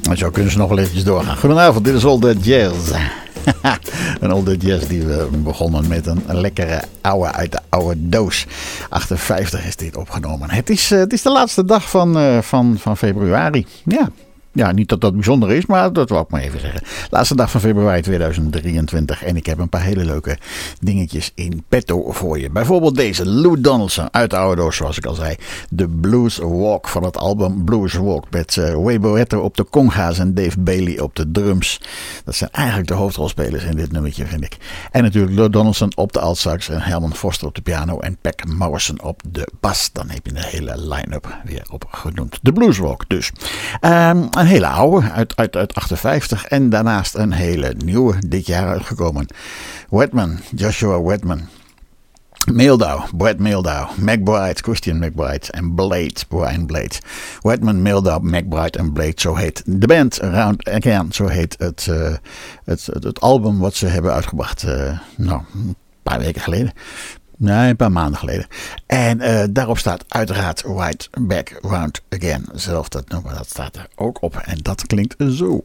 En zo kunnen ze nog wel eventjes doorgaan. Goedenavond, dit is All That Jazz. Een All That Jazz die we begonnen met een lekkere oude uit de oude doos. 58 is dit opgenomen. Het is de laatste dag van februari. Ja, niet dat dat bijzonder is, maar dat wil ik maar even zeggen. Laatste dag van februari 2023 en ik heb een paar hele leuke dingetjes in petto voor je. Bijvoorbeeld deze, Lou Donaldson uit de oude doos, zoals ik al zei. De Blues Walk van het album Blues Walk met Wayne Boetter op de conga's en Dave Bailey op de drums. Dat zijn eigenlijk de hoofdrolspelers in dit nummertje, vind ik. En natuurlijk Lou Donaldson op de altsax en Herman Foster op de piano en Peck Morrison op de bas. Dan heb je de hele line-up weer opgenoemd. De Blues Walk dus. Een hele oude uit 58 en daarnaast een hele nieuwe dit jaar uitgekomen. Wedman, Joshua Wedman. Mehldau, Brad Mehldau, McBride, Christian McBride en Blade, Brian Blade. Wedman, Mehldau, McBride en Blade, zo heet de band. Around Again, zo heet het album wat ze hebben uitgebracht. Een paar weken geleden. Nee, een paar maanden geleden. En daarop staat uiteraard Right Back Round Again. Zelf dat nummer, dat staat er ook op. En dat klinkt zo.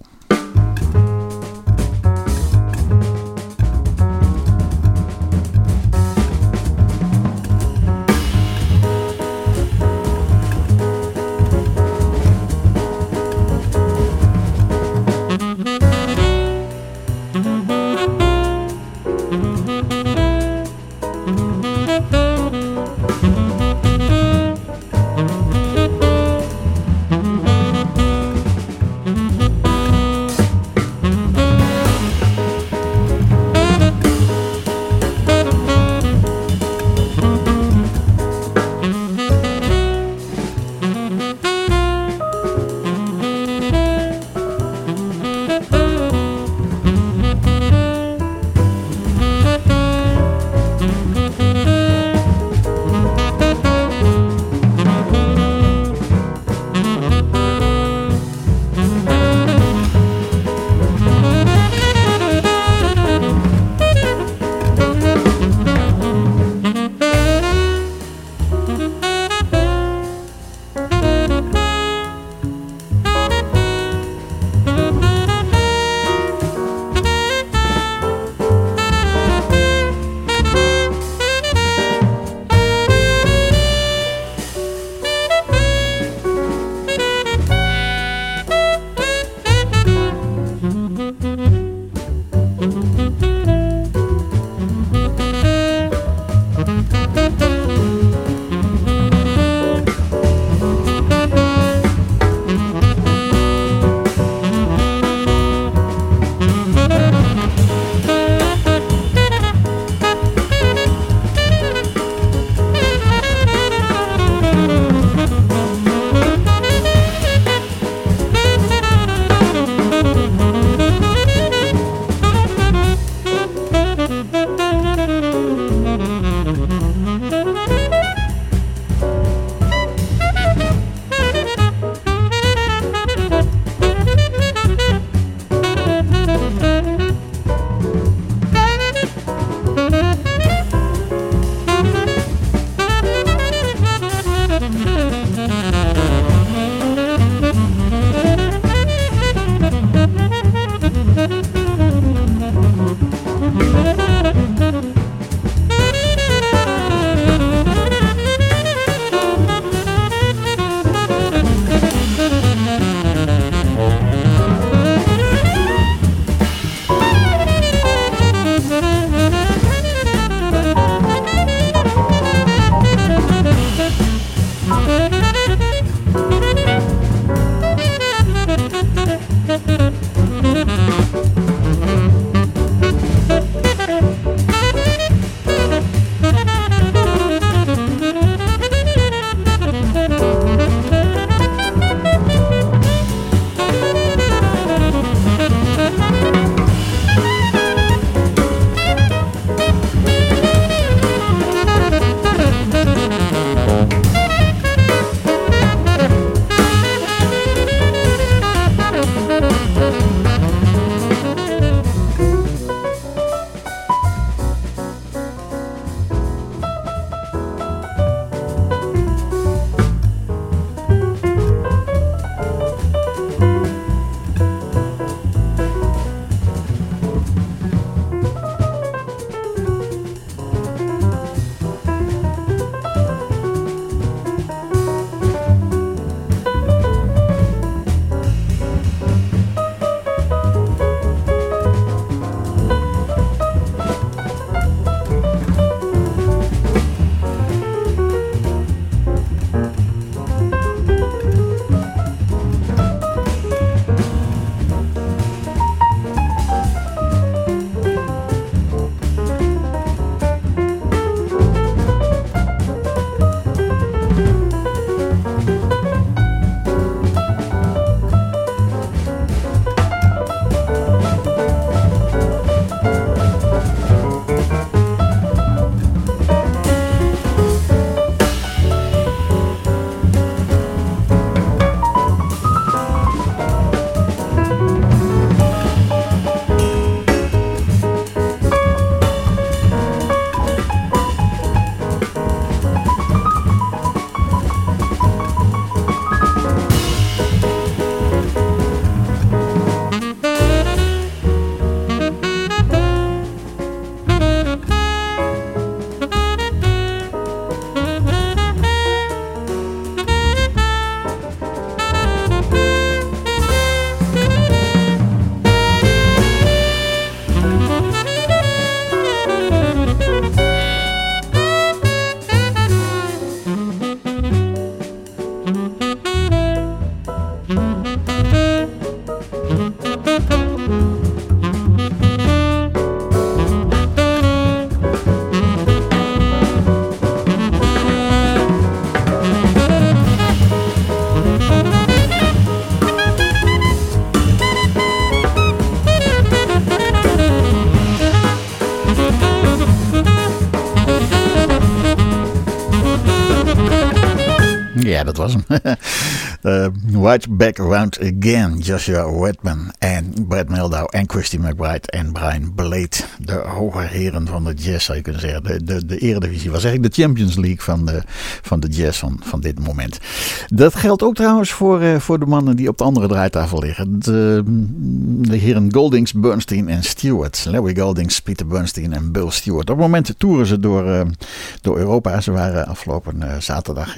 Ja, dat was hem. White Back Around Again. Joshua Redman en Brad Mehldau en Christy McBride en Brian Blade. De hoge heren van de jazz, zou je kunnen zeggen. De eredivisie was eigenlijk de Champions League van de jazz van dit moment. Dat geldt ook trouwens voor de mannen die op de andere draaitafel liggen. De heren Goldings, Bernstein en Stewart. Larry Goldings, Peter Bernstein en Bill Stewart. Op het moment toeren ze door Europa. Ze waren afgelopen zaterdag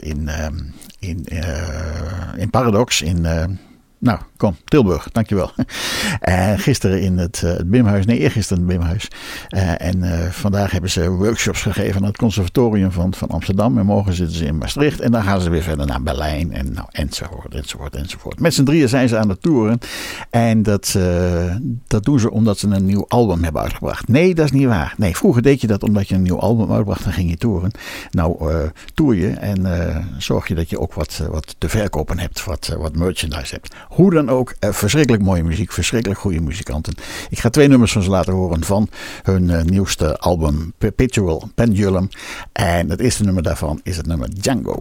in Paradox Tilburg, dankjewel. Gisteren in het Bimhuis, eergisteren in het Bimhuis. Vandaag hebben ze workshops gegeven aan het conservatorium van Amsterdam. En morgen zitten ze in Maastricht. En dan gaan ze weer verder naar Berlijn. Enzovoort. Met z'n drieën zijn ze aan het toeren. En dat doen ze omdat ze een nieuw album hebben uitgebracht. Nee, dat is niet waar. Nee, vroeger deed je dat omdat je een nieuw album uitbracht. Dan ging je toeren. Nou, toer je en zorg je dat je ook wat te verkopen hebt. Wat merchandise hebt. Hoe dan ook, verschrikkelijk mooie muziek, verschrikkelijk goede muzikanten. Ik ga 2 nummers van ze laten horen van hun nieuwste album Perpetual Pendulum. En het eerste nummer daarvan is het nummer Django.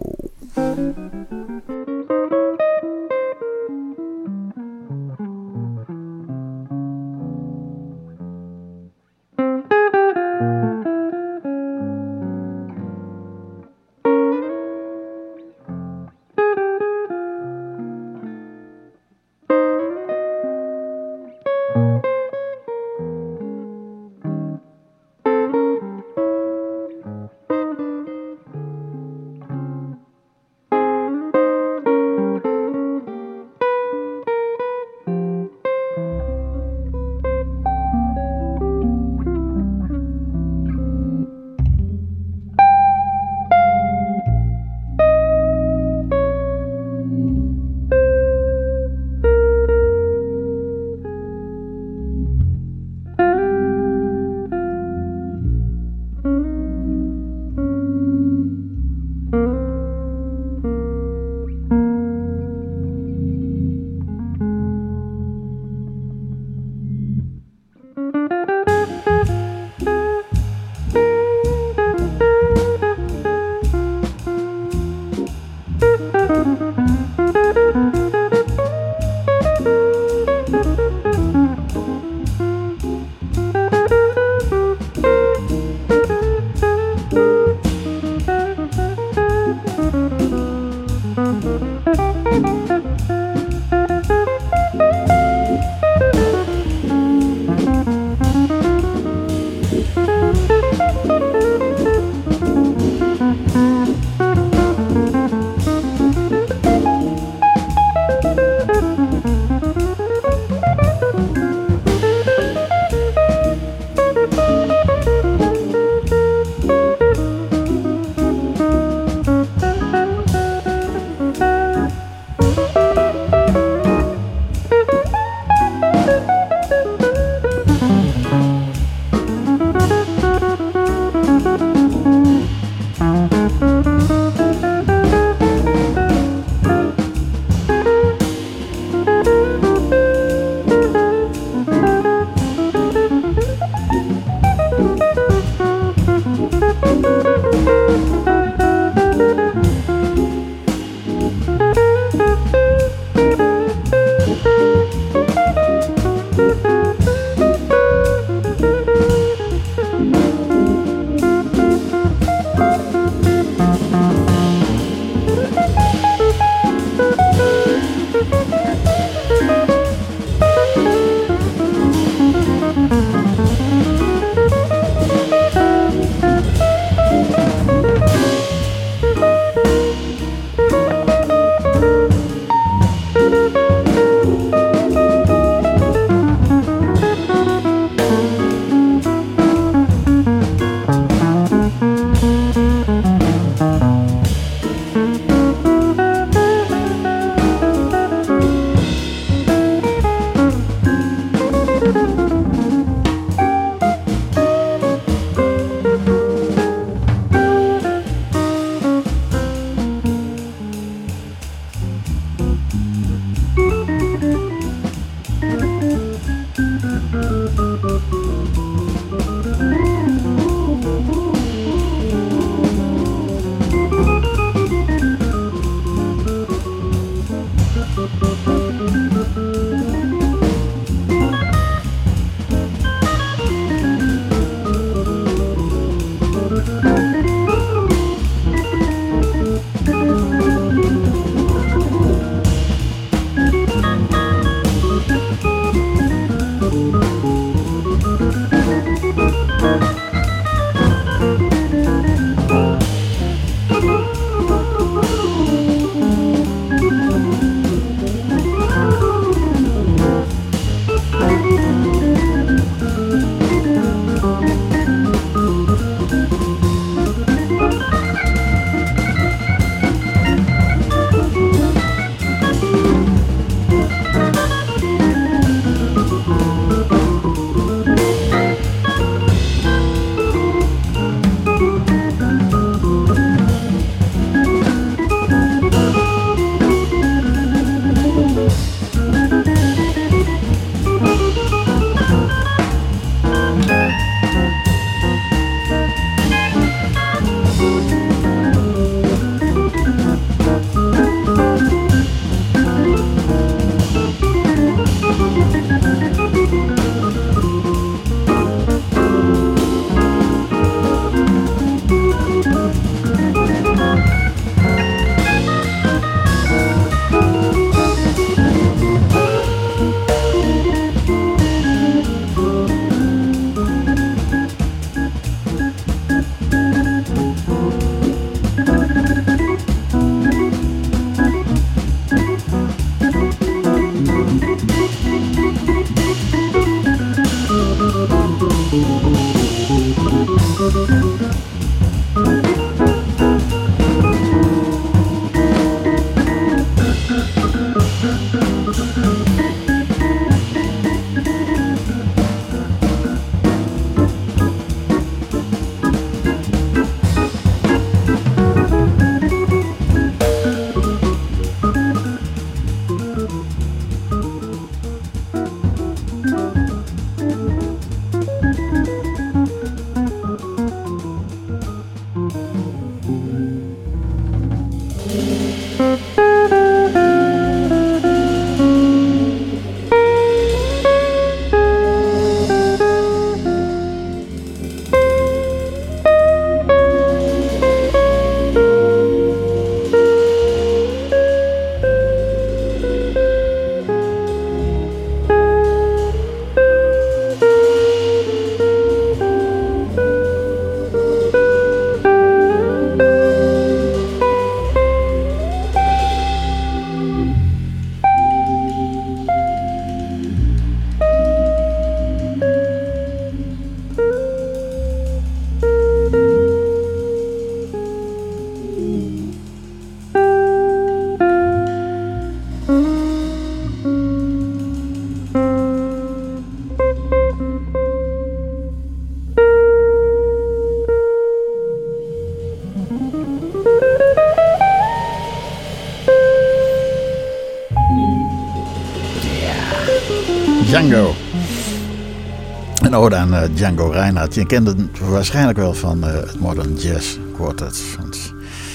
Django. Een ode aan Django Reinhardt. Je kent het waarschijnlijk wel van het Modern Jazz Quartet. Want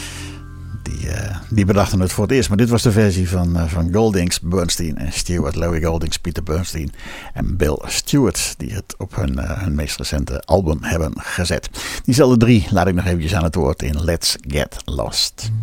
die bedachten het voor het eerst. Maar dit was de versie van Goldings, Bernstein en Stewart. Larry Goldings, Peter Bernstein en Bill Stewart. Die het op hun meest recente album hebben gezet. Diezelfde drie laat ik nog eventjes aan het woord in Let's Get Lost.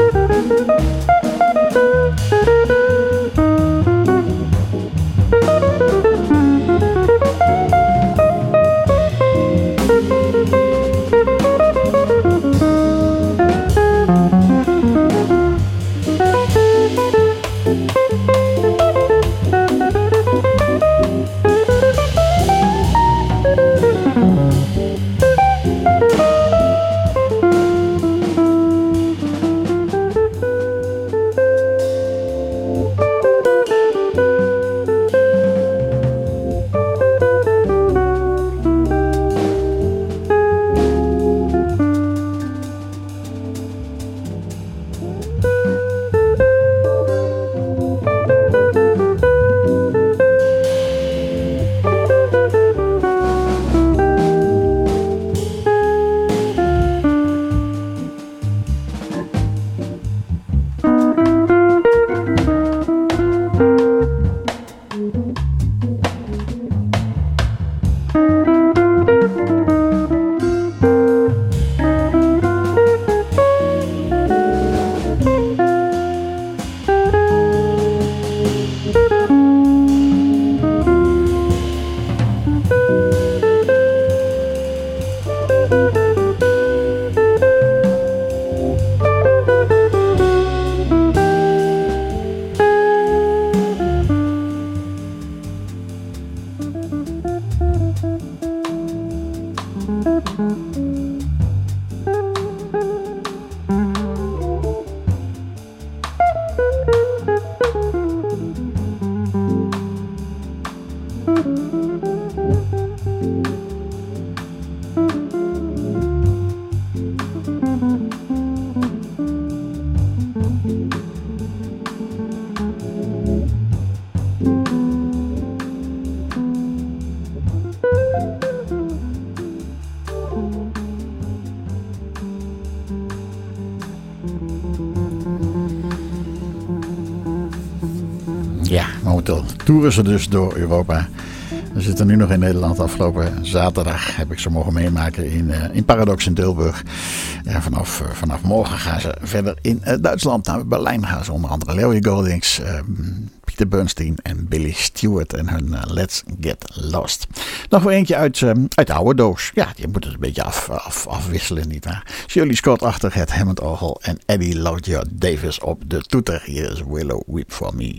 Ja, momenteel toeren ze dus door Europa. We zitten nu nog in Nederland. Afgelopen zaterdag heb ik ze mogen meemaken in Paradox in Tilburg. Ja, vanaf morgen gaan ze verder in Duitsland. Naar Berlijn gaan ze onder andere Larry Goldings, Peter Bernstein en Billy Stewart en hun Let's Get Lost. Nog weer eentje uit de oude doos. Ja, je moet het een beetje afwisselen, nietwaar? Shirley Scott achter het Hammond-orgel en Eddie Lockyer Davis op de toeter. Hier is Willow Weep For Me.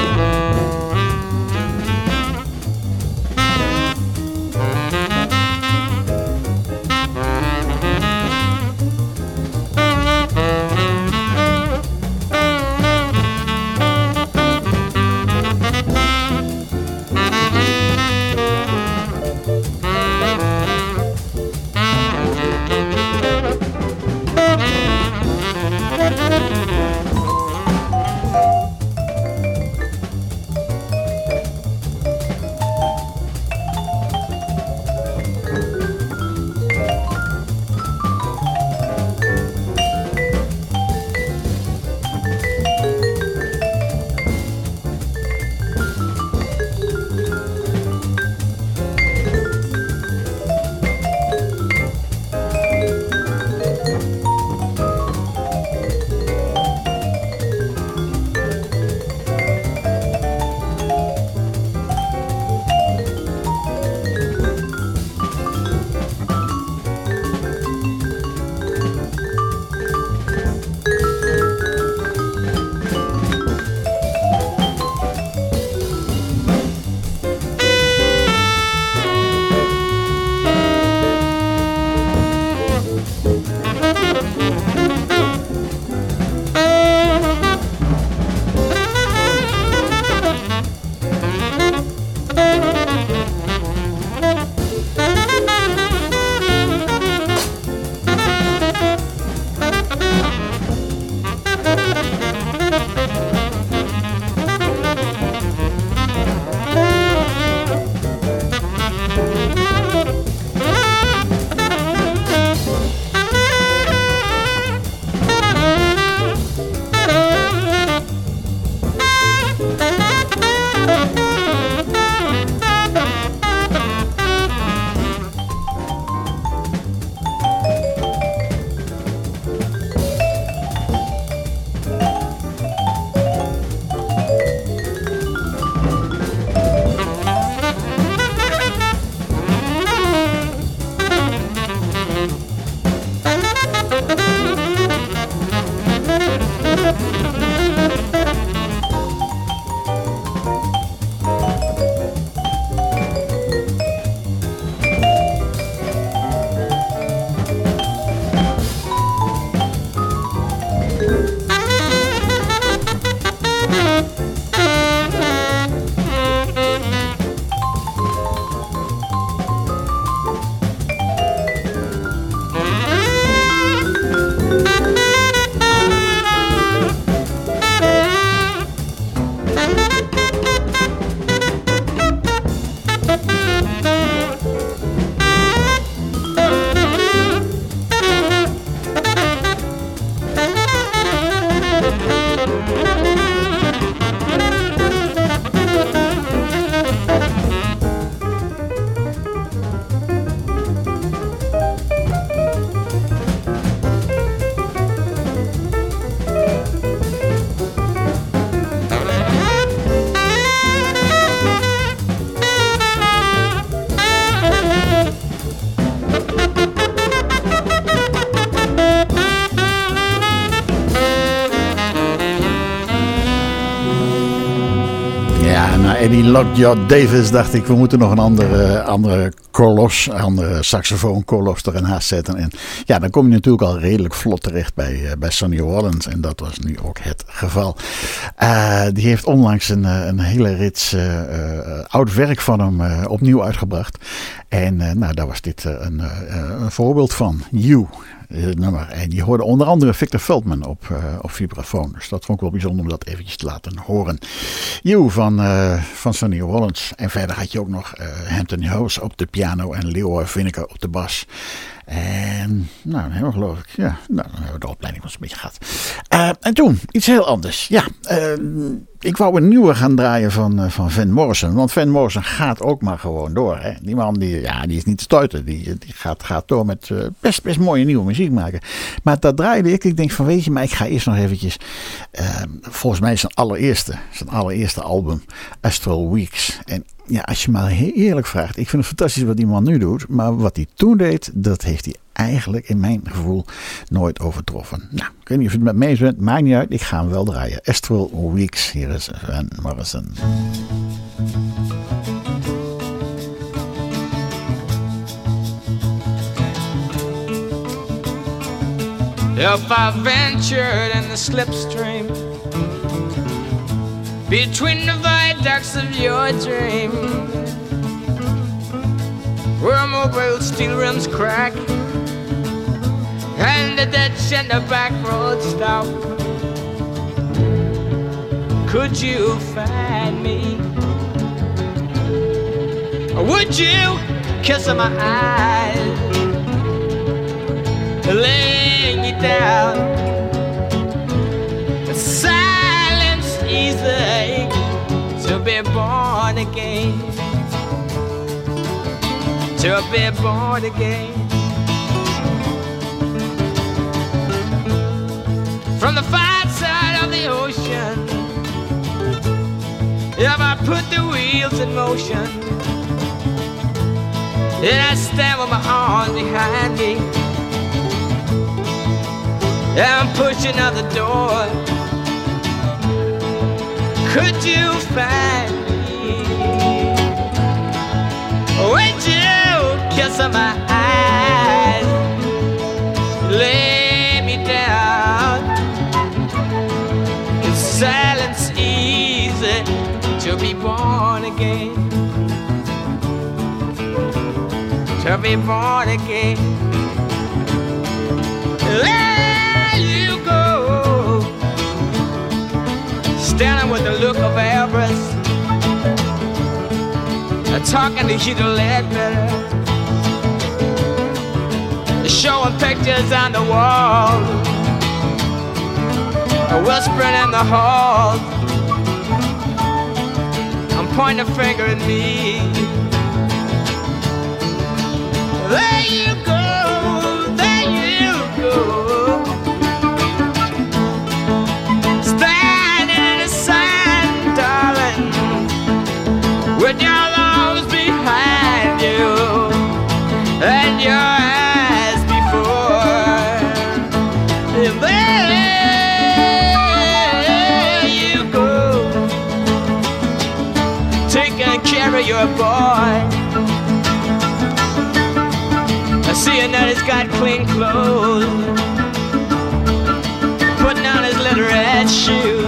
Eddie Lockjaw Davis dacht ik, we moeten nog een andere kolos, andere saxofoon-kolos ernaast zetten. En ja, dan kom je natuurlijk al redelijk vlot terecht bij Sonny Rollins. En dat was nu ook het geval. Die heeft onlangs een hele rits oud werk van hem opnieuw uitgebracht. En nou, daar was dit een voorbeeld van. You. Het nummer. En je hoorde onder andere Victor Feldman op vibrafoon. Dus dat vond ik wel bijzonder om dat eventjes te laten horen. You van Sonny Rollins. En verder had je ook nog Hampton House op de piano en Leroy Vinnegar op de bas. En nou, dan hebben we geloof ik, ja, nou, dan hebben we de opleiding wel eens een beetje gehad. En toen, iets heel anders. Ja, ik wou een nieuwe gaan draaien van Van Morrison. Want Van Morrison gaat ook maar gewoon door. Hè. Die man die is niet te stuiten. Die gaat door met best mooie nieuwe muziek maken. Maar dat draaide ik. Ik denk van weet je, maar ik ga eerst nog eventjes. Volgens mij zijn allereerste album, Astral Weeks. En ja, als je maar eerlijk vraagt. Ik vind het fantastisch wat die man nu doet. Maar wat hij toen deed, dat heeft hij eigenlijk in mijn gevoel nooit overtroffen. Nou, ik weet niet of je het met me eens bent. Maakt niet uit, ik ga hem wel draaien. Astral Weeks, hier is Van Morrison. If I ventured in the slipstream between the viaducts of your dream, where mobile steel rims crack and the ditch and the back road stop, could you find me? Or would you kiss my eyes, lay me down? The silence easy to be born again, to be born again. From the far side of the ocean, if I put the wheels in motion, and I stand with my arms behind me, and I'm pushing out the door, could you find me? Would you kiss my eyes, lay me down? Is silence easy to be born again? To be born again. There you go, standing with the look of avarice, talking to Heath Ledbetter, showing pictures on the wall, whispering in the hall. I'm pointing a finger at me. There you go, there you go, standing in the sun, darling, with your arms behind you and your eyes before. And there you go, taking care of your boy. Seeing that he's got clean clothes, putting on his little red shoes.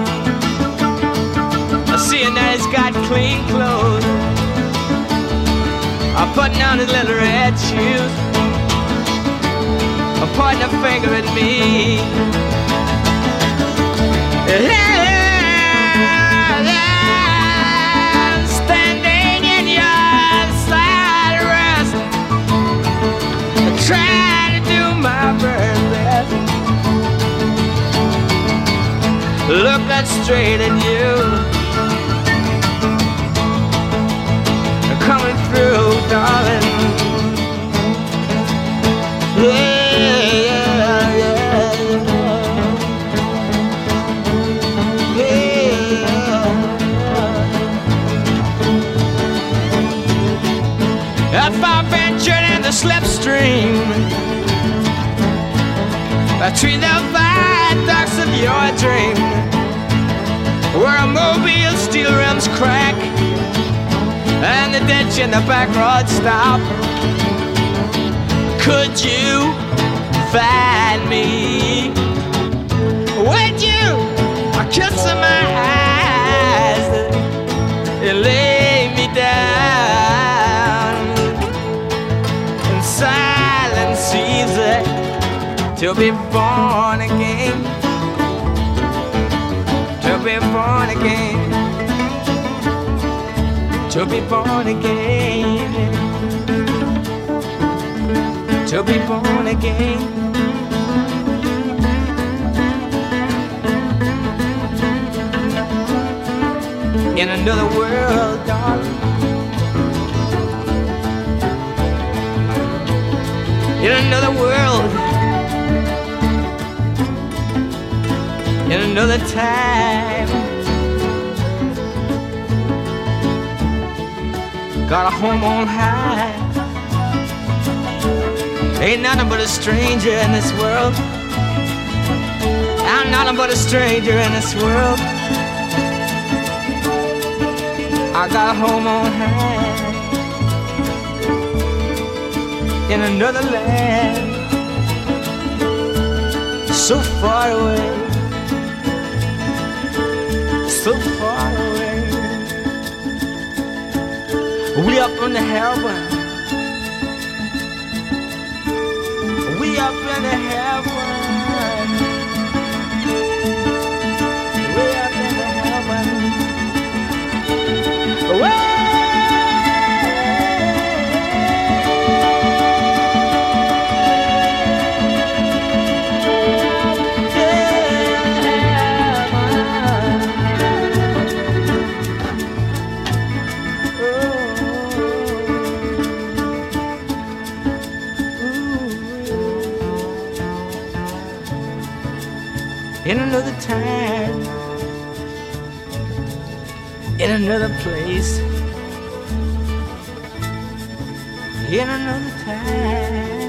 Seeing that he's got clean clothes, putting on his little red shoes, pointing a finger at me. Standing in your side rest, trying to do my very best, looking straight at you, coming through, darling. Yeah, yeah, yeah, yeah. If I ventured in the slipstream between the viaducts of your dream, where a mobile steel rims crack and the ditch in the back road stop, could you find me? Would you kiss my eyes and lay me down in silence easy to be born again, to be born again, to be born again, to be born again. In another world, darling, in another world, in another time. got a home on high. Ain't nothing but a stranger in this world. I'm nothing but a stranger in this world. I got a home on high in another land, so far away, so far away. We up in the heaven, we up in the heaven, we up in the heaven. Away. In another time, in another place, in another time,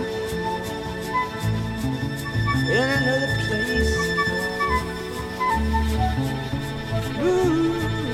in another place. Ooh.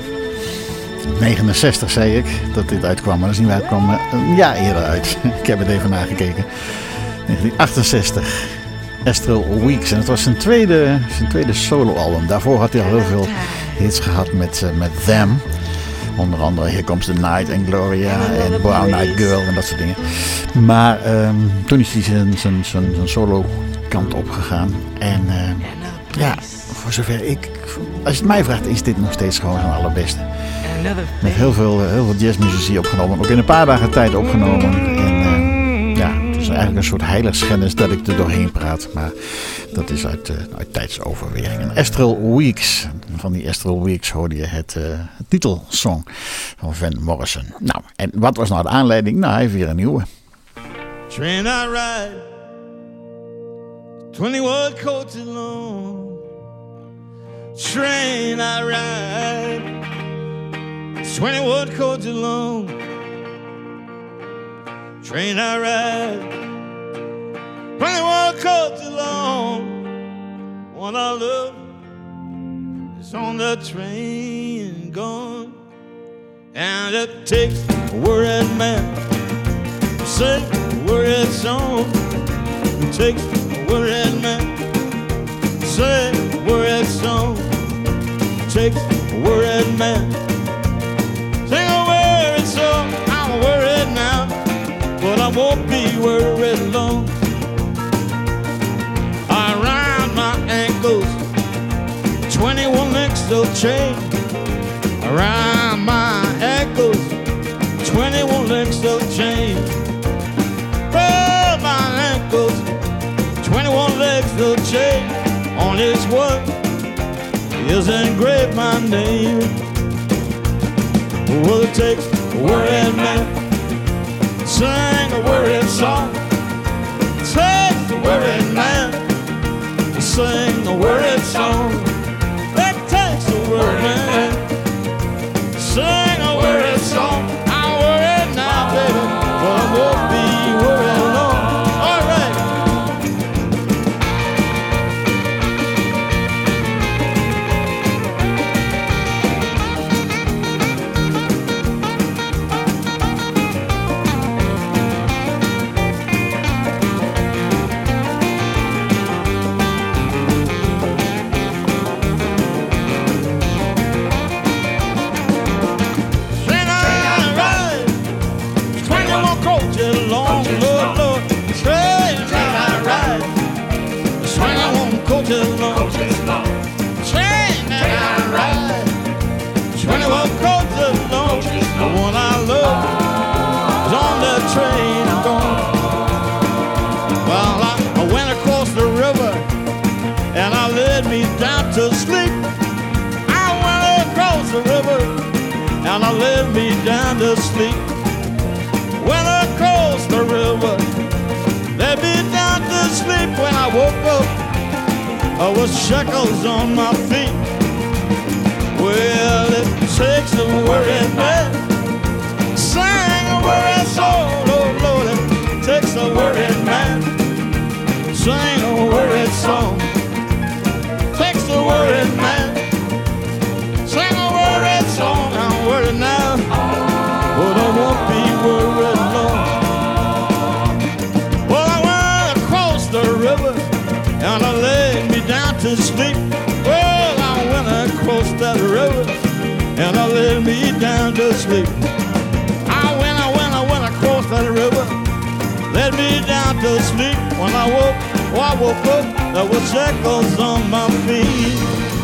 69 zei ik dat dit uitkwam, maar dat is niet waar. Het kwam een jaar eerder uit. Ik heb het even nagekeken. 1968. Astral Weeks. En het was zijn tweede soloalbum. Daarvoor had hij al heel veel hits gehad met Them. Onder andere Here Comes the Night en Gloria en Brown Eyed Girl en dat soort dingen. Maar toen is hij zijn solo kant opgegaan. En ja, voor zover als je het mij vraagt, is dit nog steeds gewoon zijn allerbeste. Met heel veel jazzmuziek opgenomen. Ook in een paar dagen tijd opgenomen. En ja, het is eigenlijk een soort heiligschennis dat ik er doorheen praat. Maar dat is uit tijdsoverwegingen. Astral Weeks. Van die Astral Weeks hoorde je het titelsong van Van Morrison. Nou, en wat was nou de aanleiding? Nou, hij heeft weer een nieuwe. Train I ride 21 coaches long. Train I ride 21 coaches long. Train I ride 21 coaches long. One I love is on the train gone. And it takes a worried man to sing a worried song. It takes a worried man to sing a worried song. It takes a worried man to sing a worried song. I'm worried now, but I won't be worried long. Around my ankles, 21 links of chain. Around my ankles, 21 links of chain. Around my ankles, 21 links of chain. On this one is engraved my name. Well, it takes a worried man to sing a worried song. It takes a worried man to sing a worried song. It takes a worried man to sing a worried song. I'm worried now, baby, but I won't be worried long. All right. To sleep, I went across the river and I laid me down to sleep. Went across the river, laid me down to sleep. When I woke up, I was shackles on my feet. Well, it takes a worried man, sing down to sleep. I went across that river, let me down to sleep. When I woke up, there was shackles on my feet.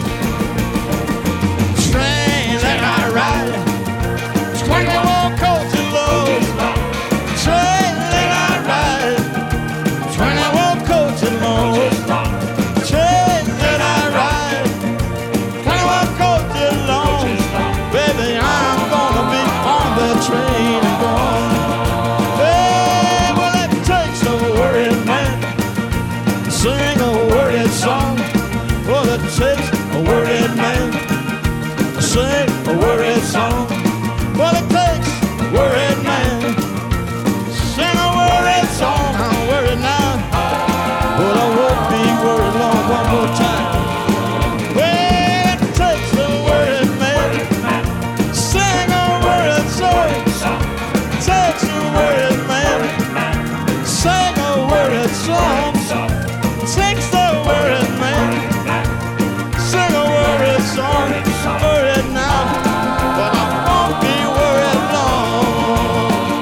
Train that I ride, swing the whole coast to low. Train that I ride, swing the whole coast to low. Train that I ride, swing the whole coast to low. Baby, I'm gonna be on the train and gone. Hey, well, it takes a worried man to sing a worried song. Well, it takes a worried man to sing a worried song. Well, it takes a worried man to sing a worried song. I'm worried now, but I won't be worried long one more time. Well, it takes a worried man to sing a worried song. It takes a worried man to sing a worried song. It takes a worried man to sing a worried song. Worried now, but I won't be worried long.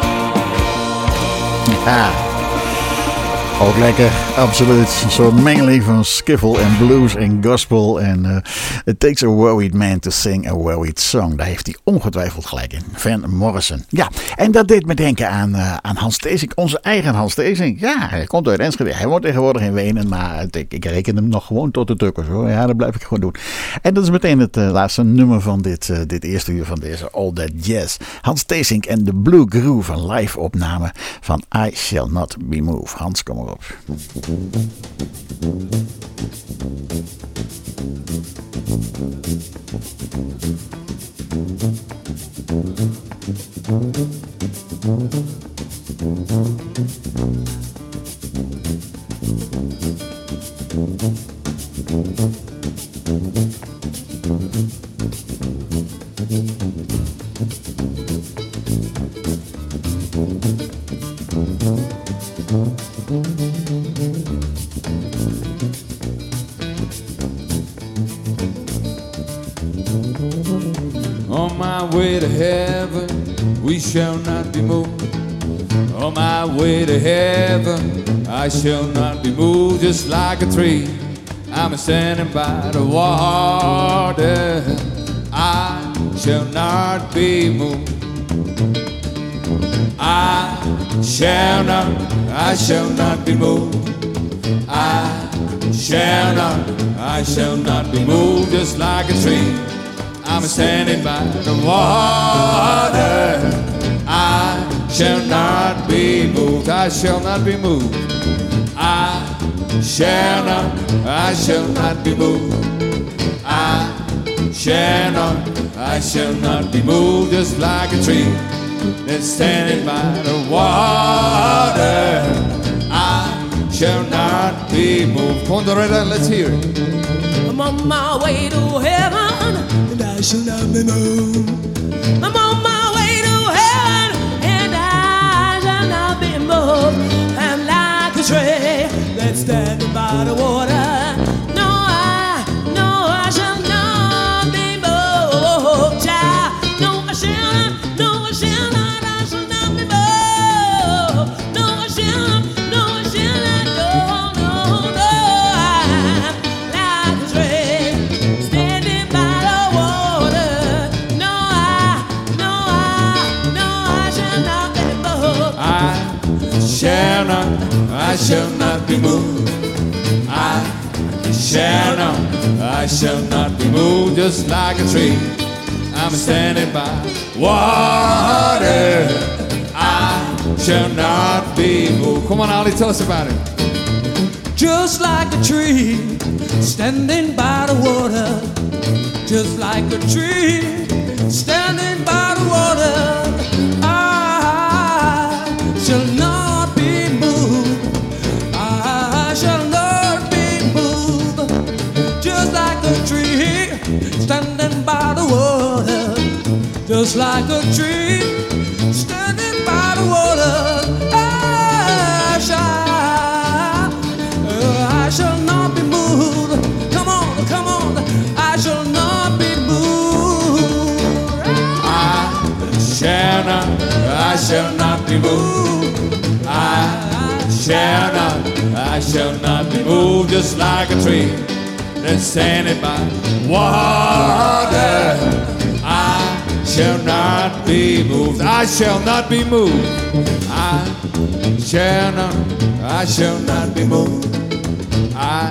Ja, ook lekker, absoluut. Een soort mengeling van skiffle en blues en gospel. En it takes a worried man to sing a worried song. Daar heeft hij ongetwijfeld gelijk in. Van Morrison. Ja, en dat deed me denken aan Hans Theesink. Onze eigen Hans Theesink. Ja, hij komt uit Enschede. Hij woont tegenwoordig in Wenen. Maar ik reken hem nog gewoon tot de tukkers, hoor. Ja, dat blijf ik gewoon doen. En dat is meteen het laatste nummer van dit eerste uur van deze All That Jazz. Hans Theesink en de Blue Groove, een live opname van I Shall Not Be Moved. Hans, kom maar op. On my way to heaven, we shall not be moved. On my way to heaven, I shall not be moved. Just like a tree, I'm standing by the water. I shall not be moved. I shall not be moved. I shall not be moved. Just like a tree, I'm standing by the water. I shall not be moved. I shall not be moved. I shall not be moved. I shall not be moved. Just like a tree that's standing by the water. I shall not be moved. Come on, Loretta, let's hear it. I'm on my way to heaven, and I shall not be moved. I'm on my way to heaven, and I shall not be moved. I'm like a tree that's standing by the water. No, I shall not be moved. Child. No, I shall not be moved. No, I shall not, no, I'm like a tree standing by the water. No, I shall not be moved. I shall not be moved. I shall not be moved. Just like a tree, I'm standing by water. I shall not be moved. Come on, Ollie, tell us about it. Just like a tree standing by the water. Just like a tree standing by the water. I shall not be moved. I shall not be moved. Just like a tree standing by the water. Just like a tree standing by the water. I shall not be moved. Come on, I shall not be moved. I shall not be moved. I shall not be moved, just like a tree that's standing by water. I shall not be moved. I shall not be moved. I shall not be moved. I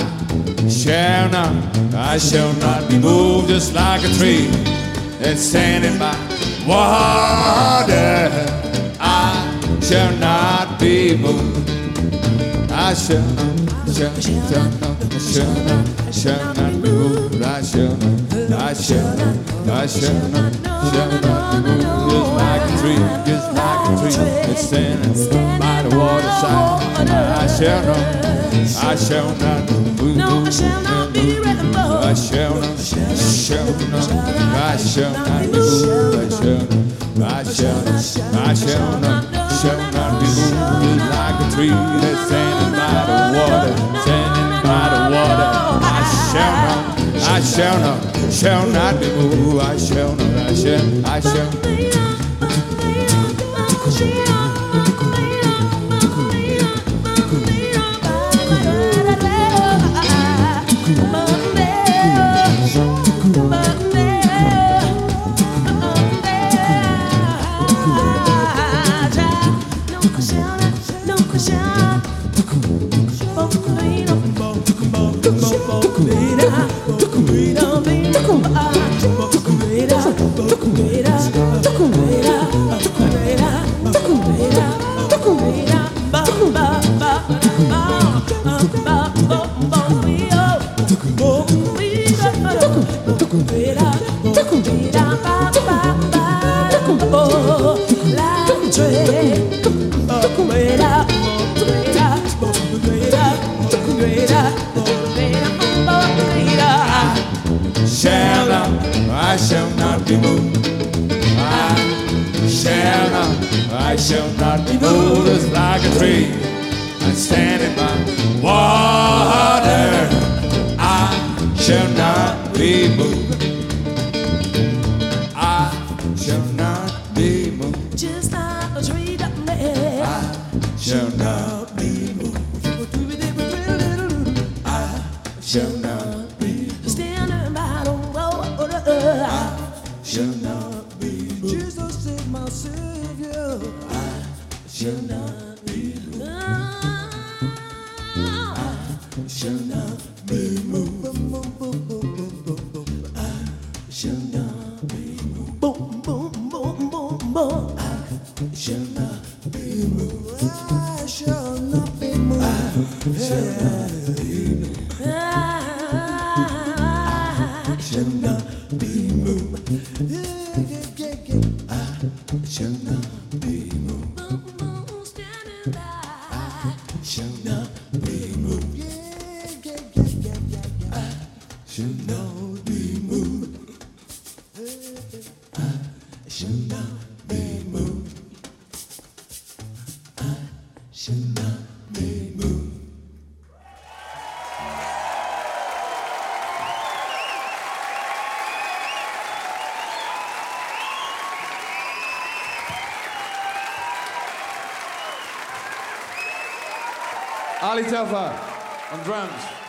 shall not be moved, just like a tree that's standing by water. I shall not be moved. I shall not be moved. I shall not be moved, just like a tree that's standing by the waterside. I shall not be moved. No, I shall not be removed. I shall not be moved. I shall not be moved, just like a tree that's standing by the water, I shall not be moved. I shall not be moved, just like a tree that's standing by water. I shall not be moved. I shall not be moved, just like a tree that I shall not be moved. I shall not be moved. standing by the water. I shall not be moved. Jesus is my Savior. Shall not be moved. I shall not be moved. I shall not be moved. Boom, boom, boom, boom, boom. I shall not be moved. I shall not be moved. I shall not be moved. I Shall not be moved. I shall not be moved. Shall not be moved. I shall not be moved. I shall not be moved. I shall not be moved. Ali Telfa on drums.